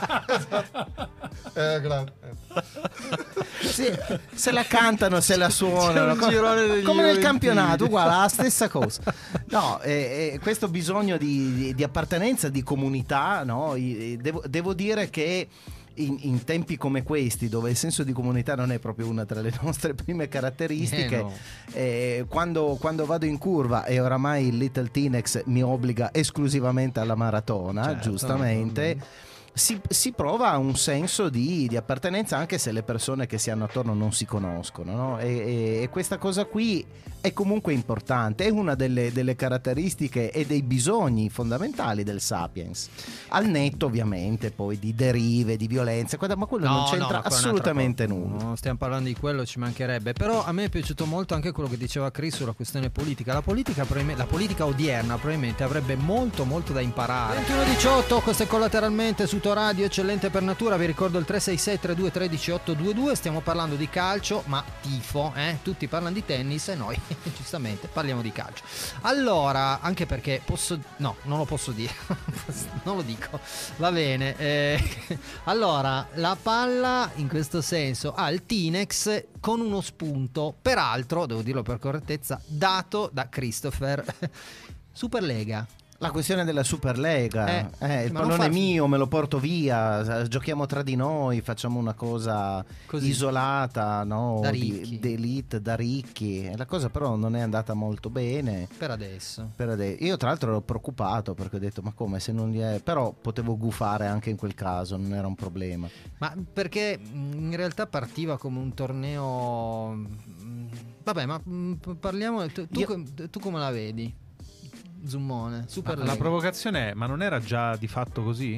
S3: eh, grazie.
S7: Sì, se la cantano, se la suonano, come, come
S1: juventini.
S7: Nel campionato, uguale, la stessa cosa. No, eh, eh, questo bisogno di, di, di appartenenza, di comunità, no? Devo, devo dire che In, in tempi come questi, dove il senso di comunità non è proprio una tra le nostre prime caratteristiche, eh no. eh, quando, quando vado in curva, e oramai il Little Tinex mi obbliga esclusivamente alla maratona, certo, giustamente, si, si prova un senso di, di appartenenza, anche se le persone che si hanno attorno non si conoscono, no? e, e, e questa cosa qui è comunque importante, è una delle, delle caratteristiche e dei bisogni fondamentali del Sapiens, al netto ovviamente poi di derive, di violenza, ma quello
S1: no,
S7: non c'entra
S1: no,
S7: assolutamente nulla.
S1: Non stiamo parlando di quello, ci mancherebbe. Però a me è piaciuto molto anche quello che diceva Chris sulla questione politica. La politica, la politica odierna probabilmente avrebbe molto molto da imparare. ventuno diciotto, questo è Collateralmente su Radio, eccellente per natura. Vi ricordo il tre sei sei tre due uno tre otto due due. Stiamo parlando di calcio, ma tifo, eh? Tutti parlano di tennis e noi giustamente parliamo di calcio. Allora, anche perché posso, no, non lo posso dire, non lo dico, va bene. Eh, allora, la palla in questo senso ha il Tinex con uno spunto, peraltro, devo dirlo per correttezza, dato da Christopher. Superlega.
S7: La questione della Superlega, eh, eh, il pallone fa... è mio, me lo porto via, giochiamo tra di noi, facciamo una cosa così isolata, no?
S1: Da
S7: di, d'elite, da ricchi. La cosa però non è andata molto bene
S1: per adesso.
S7: per adesso. Io tra l'altro ero preoccupato, perché ho detto ma come, se non gli è... però potevo gufare anche in quel caso, non era un problema.
S1: Ma perché in realtà partiva come un torneo, vabbè, ma parliamo, tu, tu, Io... tu come la vedi? Zummone, super.
S6: La provocazione è, ma non era già di fatto così?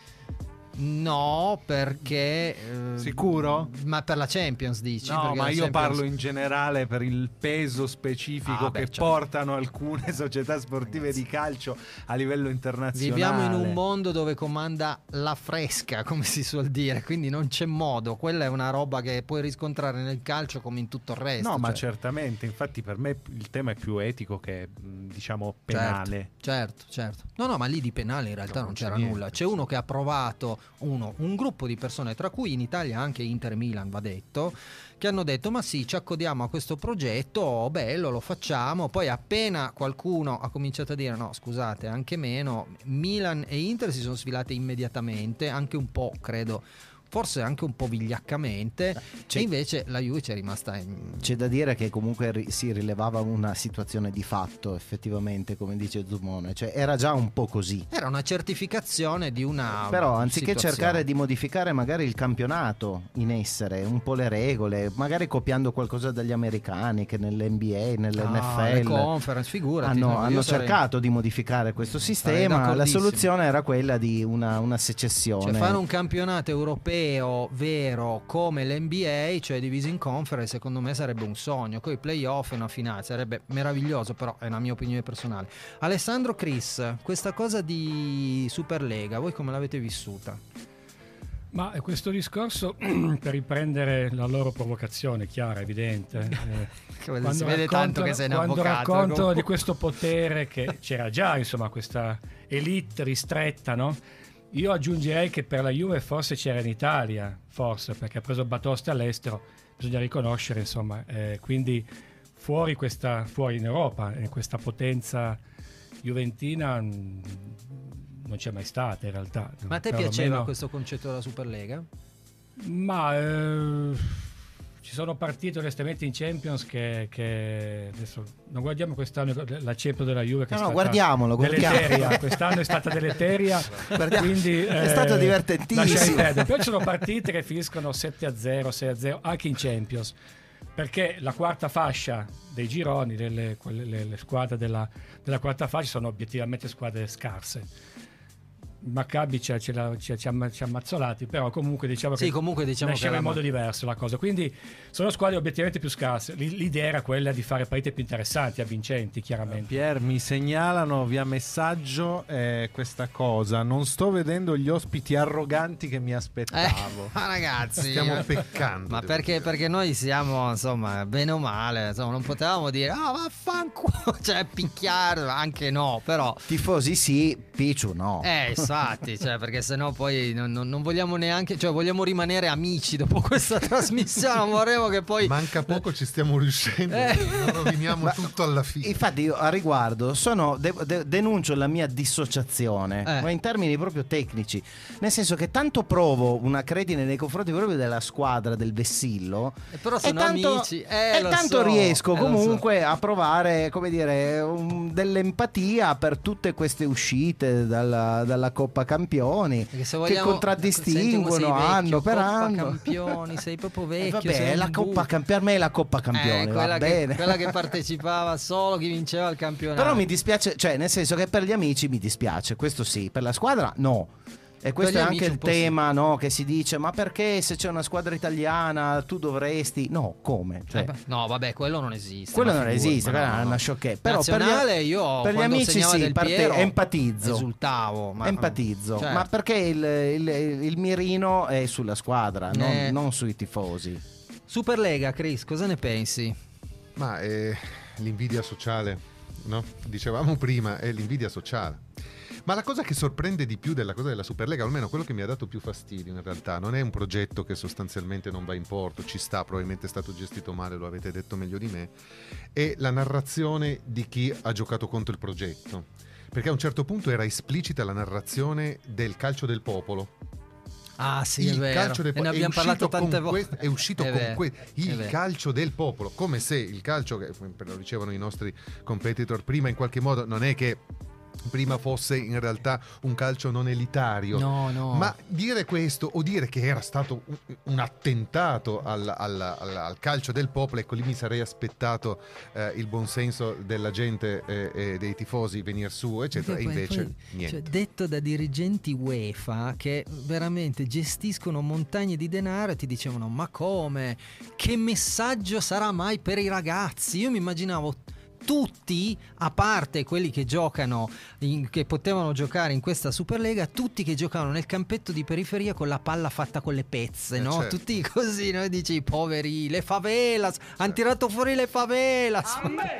S1: No, perché eh,
S6: sicuro?
S1: Ma per la Champions dici?
S6: No, ma io
S1: Champions...
S6: parlo in generale per il peso specifico
S1: ah, beh,
S6: che
S1: certo.
S6: portano alcune società sportive di calcio a livello internazionale.
S1: Viviamo in un mondo dove comanda la fresca, come si suol dire, quindi non c'è modo. Quella è una roba che puoi riscontrare nel calcio come in tutto il resto.
S6: No,
S1: cioè.
S6: ma certamente, infatti per me il tema è più etico che, diciamo, penale.
S1: Certo, certo, certo. No, no, ma lì di penale in realtà no, non, non c'era
S6: niente,
S1: nulla. C'è uno che ha provato, uno, un gruppo di persone, tra cui in Italia anche Inter e Milan, va detto, che hanno detto ma sì, ci accodiamo a questo progetto, oh, bello, lo facciamo. Poi appena qualcuno ha cominciato a dire no, scusate, anche meno, Milan e Inter si sono sfilate immediatamente, anche un po', credo, forse anche un po' vigliaccamente,
S7: C'è-
S1: e invece la Juve ci è rimasta in...
S7: C'è da dire che comunque ri- si rilevava una situazione di fatto, effettivamente, come dice Zumone, cioè era già un po' così.
S1: Era una certificazione di una
S7: Però anziché
S1: situazione.
S7: cercare di modificare magari il campionato in essere, un po' le regole, magari copiando qualcosa dagli americani che nell'N B A, nell'N F L
S1: Ah, le conference, figurati,
S7: hanno,
S1: no, io
S7: hanno
S1: sarei-
S7: cercato di modificare questo sistema. La
S1: d'accordissimo.
S7: soluzione era quella di una, una secessione.
S1: Cioè fare un campionato europeo vero come l'N B A, cioè diviso in conference, secondo me sarebbe un sogno. Con i playoff e una finale sarebbe meraviglioso, però è una mia opinione personale. Alessandro, Chris, questa cosa di Superlega, voi come l'avete vissuta?
S4: Ma questo discorso, per riprendere la loro provocazione chiara, evidente, eh,
S1: Si vede tanto che sei un
S4: quando
S1: avvocato,
S4: raccontano
S1: comunque.
S4: di questo potere che c'era già, insomma, questa elite ristretta, no? Io aggiungerei che per la Juve forse c'era in Italia, forse, perché ha preso Batoste all'estero, bisogna riconoscere, insomma, eh, quindi fuori, questa, fuori in Europa, in questa potenza juventina mh, non c'è mai stata in realtà.
S1: Ma a te
S4: Perlomeno-
S1: piaceva questo concetto della Superlega?
S4: Ma eh, ci sono partite onestamente in Champions che, che adesso non guardiamo quest'anno la Champions della Juve che
S7: No,
S4: è
S7: no,
S4: stata
S7: guardiamolo, guardiamo.
S4: deleteria. Quest'anno è stata deleteria.
S7: Guardiamo.
S4: Quindi,
S7: È
S4: eh,
S7: stato divertentissimo.
S4: lasciare perdere. Poi ci sono partite che finiscono sette a zero, sei a zero anche in Champions, perché la quarta fascia dei gironi, delle, quelle, le, le squadre della, della quarta fascia sono obiettivamente squadre scarse. Maccabi ci ha, ci ha- ci ha- ci ha- ci ha ammazzolati, però comunque diciamo
S1: Sì,
S4: che
S1: comunque diciamo che
S4: nasceva in
S1: era-
S4: modo diverso la cosa, quindi sono squadre obiettivamente più scarse. L- l'idea era quella di fare partite più interessanti, avvincenti, chiaramente.
S6: Pier, mi segnalano via messaggio eh, questa cosa. Non sto vedendo gli ospiti arroganti che mi
S1: Eh,
S6: aspettavo.
S1: ma ragazzi,
S3: Stiamo
S1: eh,
S3: peccando.
S1: ma
S3: devo
S1: perché,
S3: dire.
S1: perché noi siamo, insomma, bene o male, insomma, non potevamo dire ah vaffanculo, cioè picchiare, anche no, però
S7: Tifosi sì, Picciu no.
S1: eh infatti, cioè, perché sennò poi non, non- non vogliamo neanche, cioè vogliamo rimanere amici dopo questa trasmissione, non vorremmo che poi
S3: Manca poco, ci stiamo riuscendo.
S1: Eh.
S3: Non roviniamo tutto alla fine.
S7: Infatti io a riguardo sono, de- de- denuncio la mia dissociazione,
S1: Eh.
S7: ma in termini proprio tecnici, nel senso che tanto provo una credine nei confronti proprio della squadra del Vessillo,
S1: Eh, però
S7: e
S1: sono
S7: tanto,
S1: amici, eh,
S7: e
S1: lo
S7: tanto
S1: so,
S7: riesco
S1: eh, lo so.
S7: comunque a provare, come dire, un- dell'empatia per tutte queste uscite dalla, dalla Coppa Campioni
S1: Perché se
S7: che
S1: vogliamo-
S7: contraddistinguono
S1: senti come sei
S7: anno
S1: vecchio,
S7: per
S1: Coppa
S7: anno.
S1: Campioni, sei proprio
S7: Eh,
S1: vecchio,
S7: vabbè,
S1: sei un
S7: la Coppa
S1: bu-
S7: Campioni, per me è la Coppa Campioni,
S1: Eh,
S7: va
S1: quella, che,
S7: bene.
S1: quella che partecipava solo chi vinceva il campionato.
S7: Però mi dispiace, cioè nel senso che per gli amici mi dispiace, questo sì, per la squadra no. E questo
S1: gli
S7: è
S1: amici
S7: anche
S1: un
S7: il
S1: po' sì.
S7: tema, no? Che si dice, ma perché se c'è una squadra italiana tu dovresti... No, come? Cioè,
S1: Eh beh, no, vabbè, quello non esiste.
S7: quello
S1: ma
S7: non
S1: figurati,
S7: esiste,
S1: ma
S7: quella
S1: no,
S7: è
S1: no.
S7: una sciocchezza. Però per gli,
S1: Nazionale io
S7: per gli
S1: quando
S7: amici
S1: segnava
S7: sì,
S1: Del
S7: parte-
S1: Piero
S7: empatizzo.
S1: esultavo, ma
S7: empatizzo,
S1: certo.
S7: ma perché il, il- il mirino è sulla squadra, non,
S1: Eh.
S7: non sui tifosi.
S1: Superlega, Chris, cosa ne pensi?
S3: Ma è l'invidia sociale, no? Dicevamo prima, è l'invidia sociale. Ma la cosa che sorprende di più della cosa della Superlega, almeno quello che mi ha dato più fastidio in realtà, non è un progetto che sostanzialmente non va in porto, ci sta, probabilmente è stato gestito male, lo avete detto meglio di me, è la narrazione di chi ha giocato contro il progetto. Perché a un certo punto era esplicita la narrazione del calcio del popolo.
S1: Ah, sì,
S3: Il
S1: è vero.
S3: calcio del
S1: E ne
S3: popolo
S1: abbiamo parlato tante volte.
S3: è uscito
S1: È
S3: con
S1: vero,
S3: que-
S1: è
S3: il
S1: vero.
S3: calcio del popolo, come se il calcio, che lo dicevano i nostri competitor prima, in qualche modo non è che prima fosse in realtà un calcio non elitario.
S1: No, no.
S3: Ma dire questo o dire che era stato un, un attentato al, al- al- al calcio del popolo, ecco lì mi sarei aspettato eh, il buonsenso della gente e eh, eh, dei tifosi venire su, eccetera, e
S1: Poi-
S3: invece
S1: poi,
S3: niente.
S1: cioè, detto da dirigenti UEFA che veramente gestiscono montagne di denaro e ti dicevano ma come? Che messaggio sarà mai per i ragazzi? Io mi immaginavo tutti, a parte quelli che giocano in- che potevano giocare in questa Superlega, tutti che giocavano nel campetto di periferia con la palla fatta con le pezze,
S3: Eh,
S1: no?
S3: certo.
S1: Tutti così, no? E dici i poveri, le favelas, hanno tirato fuori le favelas.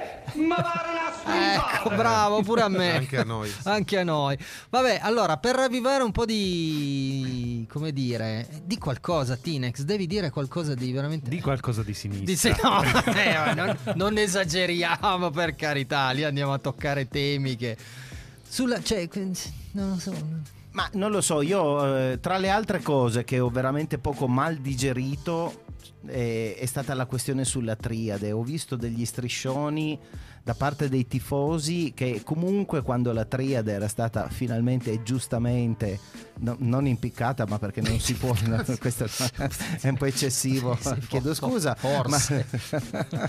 S1: Ecco, bravo, pure a me.
S3: Anche a noi.
S1: Anche a noi. Vabbè, allora, per ravvivare un po' di, come dire, di qualcosa, Tinex, devi dire qualcosa di veramente...
S6: Di qualcosa di sinistra.
S1: Di se- no, eh, non, non esageriamo, per carità, lì andiamo a toccare temi che... Sulla, cioè, non lo so...
S7: Ma non lo so, io eh, tra le altre cose che ho veramente poco mal digerito eh, è stata la questione sulla triade. Ho visto degli striscioni da parte dei tifosi che comunque quando la triade era stata finalmente e giustamente no, non impiccata, ma perché non si può, no, questo è un po' eccessivo, sì, sì, chiedo scusa,
S1: forse.
S7: ma,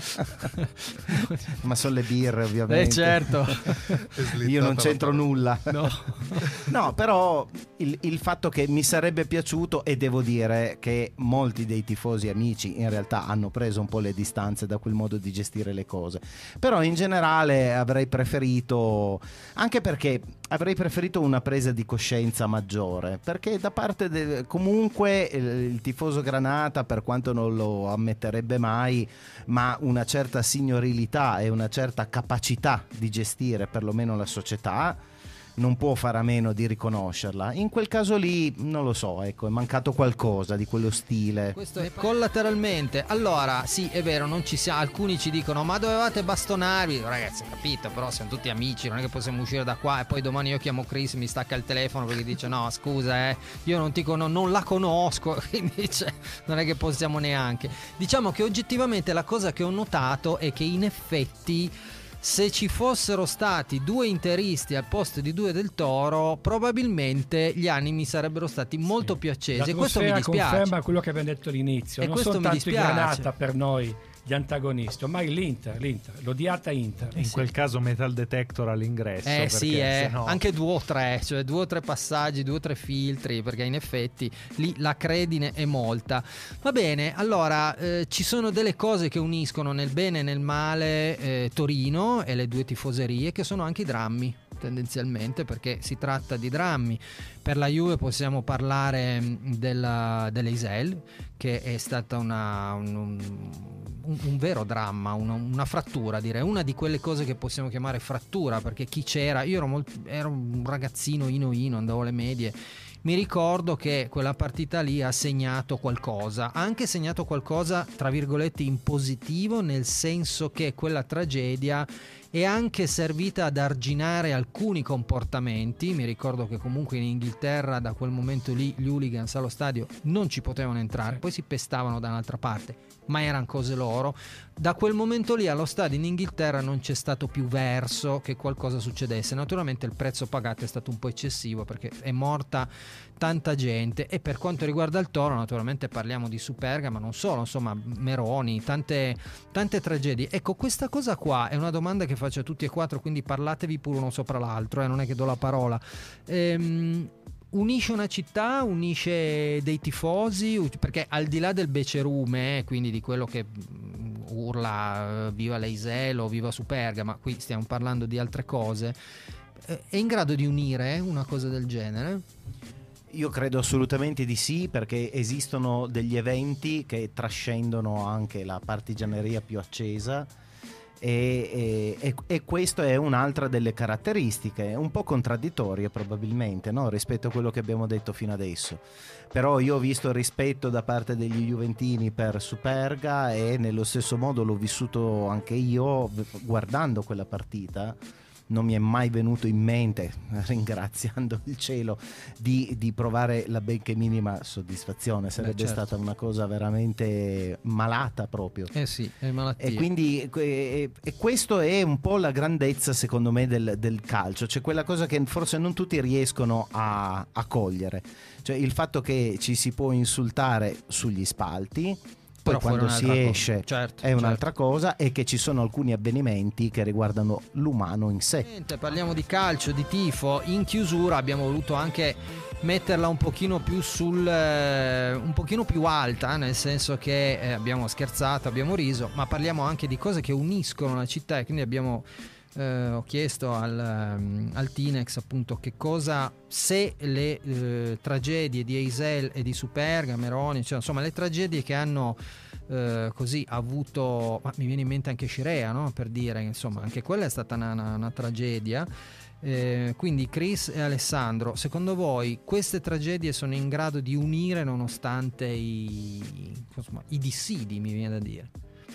S7: ma sono le birre ovviamente,
S1: eh certo,
S7: io non c'entro nulla,
S1: no,
S7: no però il, il fatto che mi sarebbe piaciuto, e devo dire che molti dei tifosi amici in realtà hanno preso un po' le distanze da quel modo di gestire le cose, però in generale avrei preferito, anche perché avrei preferito una presa di coscienza maggiore, perché da parte del, comunque il, il tifoso granata, per quanto non lo ammetterebbe mai, ma una certa signorilità e una certa capacità di gestire perlomeno la società non può fare a meno di riconoscerla. In quel caso lì non lo so, ecco, è mancato qualcosa di quello stile.
S1: Questo è collateralmente. Allora sì, è vero, non ci siamo, alcuni ci dicono ma dovevate bastonarvi, ragazzi, capito, però siamo tutti amici, non è che possiamo uscire da qua e poi domani io chiamo Chris, mi stacca il telefono perché dice no scusa eh io non ti con- non la conosco, quindi cioè, non è che possiamo neanche. Diciamo che oggettivamente la cosa che ho notato è che in effetti se ci fossero stati due interisti al posto di due del Toro, probabilmente gli animi sarebbero stati molto
S4: sì.
S1: più accesi. E questo mi
S4: L'atmosfera
S1: dispiace.
S4: conferma quello che abbiamo detto all'inizio.
S1: E
S4: non
S1: questo
S4: sono
S1: mi
S4: tanto i
S1: dispiace.
S4: Granata per noi gli antagonisti, ormai l'Inter, l'Inter, l'odiata Inter.
S6: In
S4: sì.
S6: quel caso metal detector all'ingresso.
S1: Eh sì, eh,
S6: sennò...
S1: anche due o tre, cioè due o tre passaggi, due o tre filtri, perché in effetti lì la credine è molta. Va bene, allora eh, ci sono delle cose che uniscono nel bene e nel male eh, Torino e le due tifoserie, che sono anche i drammi tendenzialmente, perché si tratta di drammi. Per la Juve possiamo parlare della, dell'Eisel, che è stata una, un, un, un vero dramma, una, una frattura, direi, una di quelle cose che possiamo chiamare frattura, perché chi c'era, io ero, molto, ero un ragazzino ino ino, andavo alle medie, mi ricordo che quella partita lì ha segnato qualcosa, ha anche segnato qualcosa tra virgolette in positivo, nel senso che quella tragedia è anche servita ad arginare alcuni comportamenti. Mi ricordo che comunque in Inghilterra da quel momento lì gli hooligans allo stadio non ci potevano entrare, poi si pestavano da un'altra parte, ma erano cose loro. Da quel momento lì allo stadio in Inghilterra non c'è stato più verso che qualcosa succedesse. Naturalmente il prezzo pagato è stato un po' eccessivo perché è morta tanta gente, e per quanto riguarda il Toro naturalmente parliamo di Superga, ma non solo, insomma Meroni, tante, tante tragedie. Ecco, questa cosa qua è una domanda che faccio a tutti e quattro, quindi parlatevi pure uno sopra l'altro, eh, non è che do la parola. Ehm, unisce una città, unisce dei tifosi, perché al di là del becerume, quindi di quello che urla viva l'Eisel o viva Superga, ma qui stiamo parlando di altre cose, è in grado di unire una cosa del genere?
S7: Io credo assolutamente di sì, perché esistono degli eventi che trascendono anche la partigianeria più accesa. E, e, e questo è un'altra delle caratteristiche, un po' contraddittorie probabilmente, no? Rispetto a quello che abbiamo detto fino adesso, però io ho visto il rispetto da parte degli juventini per Superga, e nello stesso modo l'ho vissuto anche io guardando quella partita. Non mi è mai venuto in mente, ringraziando il cielo, di, di provare la benché minima soddisfazione. Sarebbe
S1: Beh, certo.
S7: stata una cosa veramente malata proprio.
S1: Eh sì, è malattia.
S7: E quindi e, e questo è un po' la grandezza secondo me del, del calcio, cioè quella cosa che forse non tutti riescono a, a cogliere, cioè il fatto che ci si può insultare sugli spalti, poi
S1: Però
S7: quando si esce
S1: cosa. Certo,
S7: è un'altra
S1: certo.
S7: cosa, e che ci sono alcuni avvenimenti che riguardano l'umano in sé.
S1: Niente, parliamo di calcio, di tifo. In chiusura abbiamo voluto anche metterla un pochino più sul eh, un pochino più alta, nel senso che eh, abbiamo scherzato, abbiamo riso, ma parliamo anche di cose che uniscono la città, e quindi abbiamo eh, ho chiesto al, um, al Tinex appunto che cosa, se le eh, tragedie di Eisel e di Superga, Meroni, cioè insomma le tragedie che hanno eh, così avuto, ma mi viene in mente anche Scirea, no? Per dire, insomma anche quella è stata una, una, una tragedia. Eh, quindi Chris e Alessandro, secondo voi queste tragedie sono in grado di unire nonostante i, insomma, i dissidi, mi viene da dire?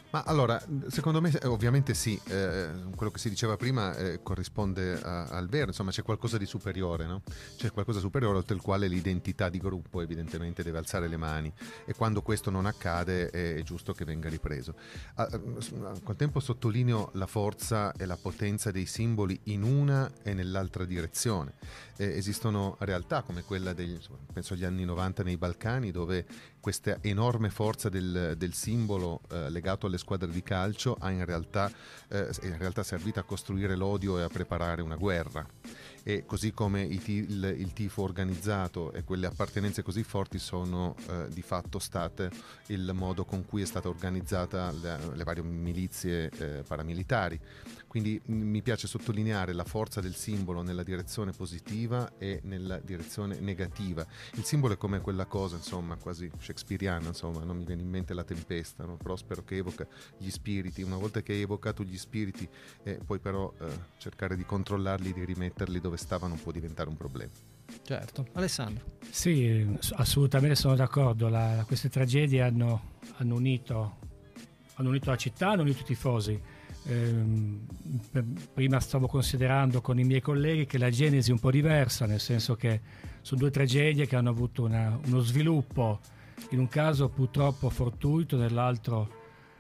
S3: Ma allora, secondo me, ovviamente sì, eh, quello che si diceva prima eh, corrisponde a, al vero, insomma c'è qualcosa di superiore, no? C'è qualcosa superiore oltre il quale l'identità di gruppo evidentemente deve alzare le mani, e quando questo non accade è, è giusto che venga ripreso. A, a, col tempo sottolineo la forza e la potenza dei simboli in una e nell'altra direzione. Eh, esistono realtà come quella degli, insomma, penso agli anni novanta nei Balcani, dove questa enorme forza del, del simbolo eh, legato alle squadre di calcio ha in realtà, eh, in realtà servito a costruire l'odio e a preparare una guerra. E così come i ti, il, il tifo organizzato e quelle appartenenze così forti sono eh, di fatto state il modo con cui è stata organizzata le, le varie milizie eh, paramilitari. Quindi m- mi piace sottolineare la forza del simbolo nella direzione positiva e nella direzione negativa. Il simbolo è come quella cosa, insomma, quasi shakespeariana, insomma, non mi viene in mente la tempesta, no? Prospero, che evoca gli spiriti. Una volta che hai evocato gli spiriti, eh, puoi però eh, cercare di controllarli, di rimetterli dove stavano, può diventare un problema.
S1: Certo. Alessandro.
S4: Sì, assolutamente sono d'accordo. La, queste tragedie hanno, hanno unito hanno unito la città, hanno unito i tifosi. Eh, prima stavo considerando con i miei colleghi che la genesi è un po' diversa, nel senso che sono due tragedie che hanno avuto una, uno sviluppo, in un caso purtroppo fortuito, nell'altro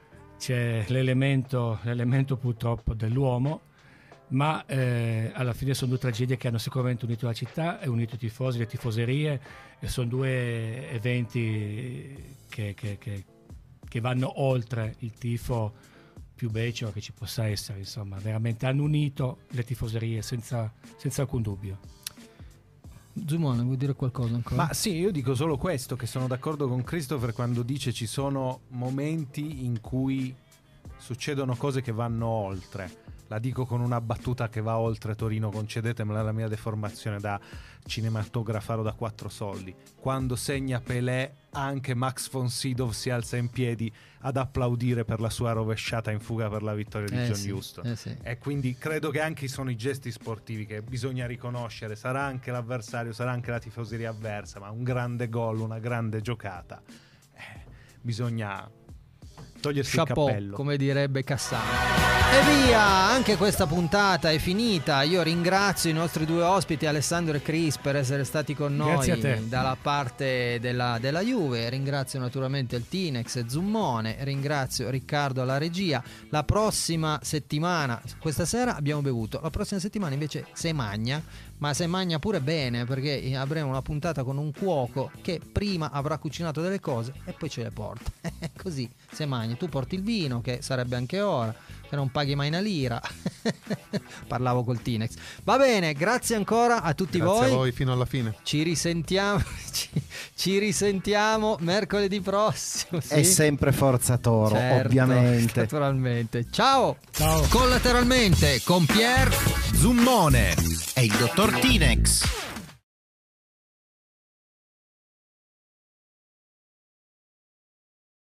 S4: c'è l'elemento, l'elemento purtroppo dell'uomo, ma eh, alla fine sono due tragedie che hanno sicuramente unito la città e unito i tifosi, le tifoserie, e sono due eventi che, che, che, che vanno oltre il tifo più becero che ci possa essere, insomma, veramente hanno unito le tifoserie senza, senza alcun dubbio.
S1: Zumone, vuoi dire qualcosa ancora?
S6: Ma sì, io dico solo questo, che sono d'accordo con Christopher quando dice ci sono momenti in cui succedono cose che vanno oltre. La dico con una battuta che va oltre Torino, concedetemela la mia deformazione da cinematografaro da quattro soldi. Quando segna Pelé, anche Max von Sydow si alza in piedi ad applaudire per la sua rovesciata in fuga per la vittoria di
S1: eh
S6: John
S1: sì,
S6: Huston.
S1: Eh sì.
S6: E quindi credo che anche sono i gesti sportivi che bisogna riconoscere. Sarà anche l'avversario, sarà anche la tifoseria avversa, ma un grande gol, una grande giocata, eh, bisogna togliersi
S1: Chapeau,
S6: il cappello,
S1: come direbbe Cassano. E via, anche questa puntata è finita. Io ringrazio i nostri due ospiti, Alessandro e Chris, per essere stati con
S4: Grazie
S1: noi
S4: a te.
S1: dalla parte della, della Juve. Ringrazio naturalmente il Tinex e Zummone, ringrazio Riccardo alla regia. La prossima settimana, questa sera abbiamo bevuto, la prossima settimana invece se magna, ma se magna pure bene, perché avremo una puntata con un cuoco che prima avrà cucinato delle cose e poi ce le porta. Così se magni, tu porti il vino, che sarebbe anche ora, che non paghi mai una lira. Parlavo col Tinex. Va bene, grazie ancora a tutti
S3: Grazie
S1: voi.
S3: a voi fino alla fine.
S1: Ci risentiamo ci, ci risentiamo mercoledì prossimo, sì?
S7: È sempre Forza Toro,
S1: Certo,
S7: ovviamente.
S1: Naturalmente. Ciao.
S4: Ciao.
S2: Collateralmente con Pier Zummone e il dottor Tinex.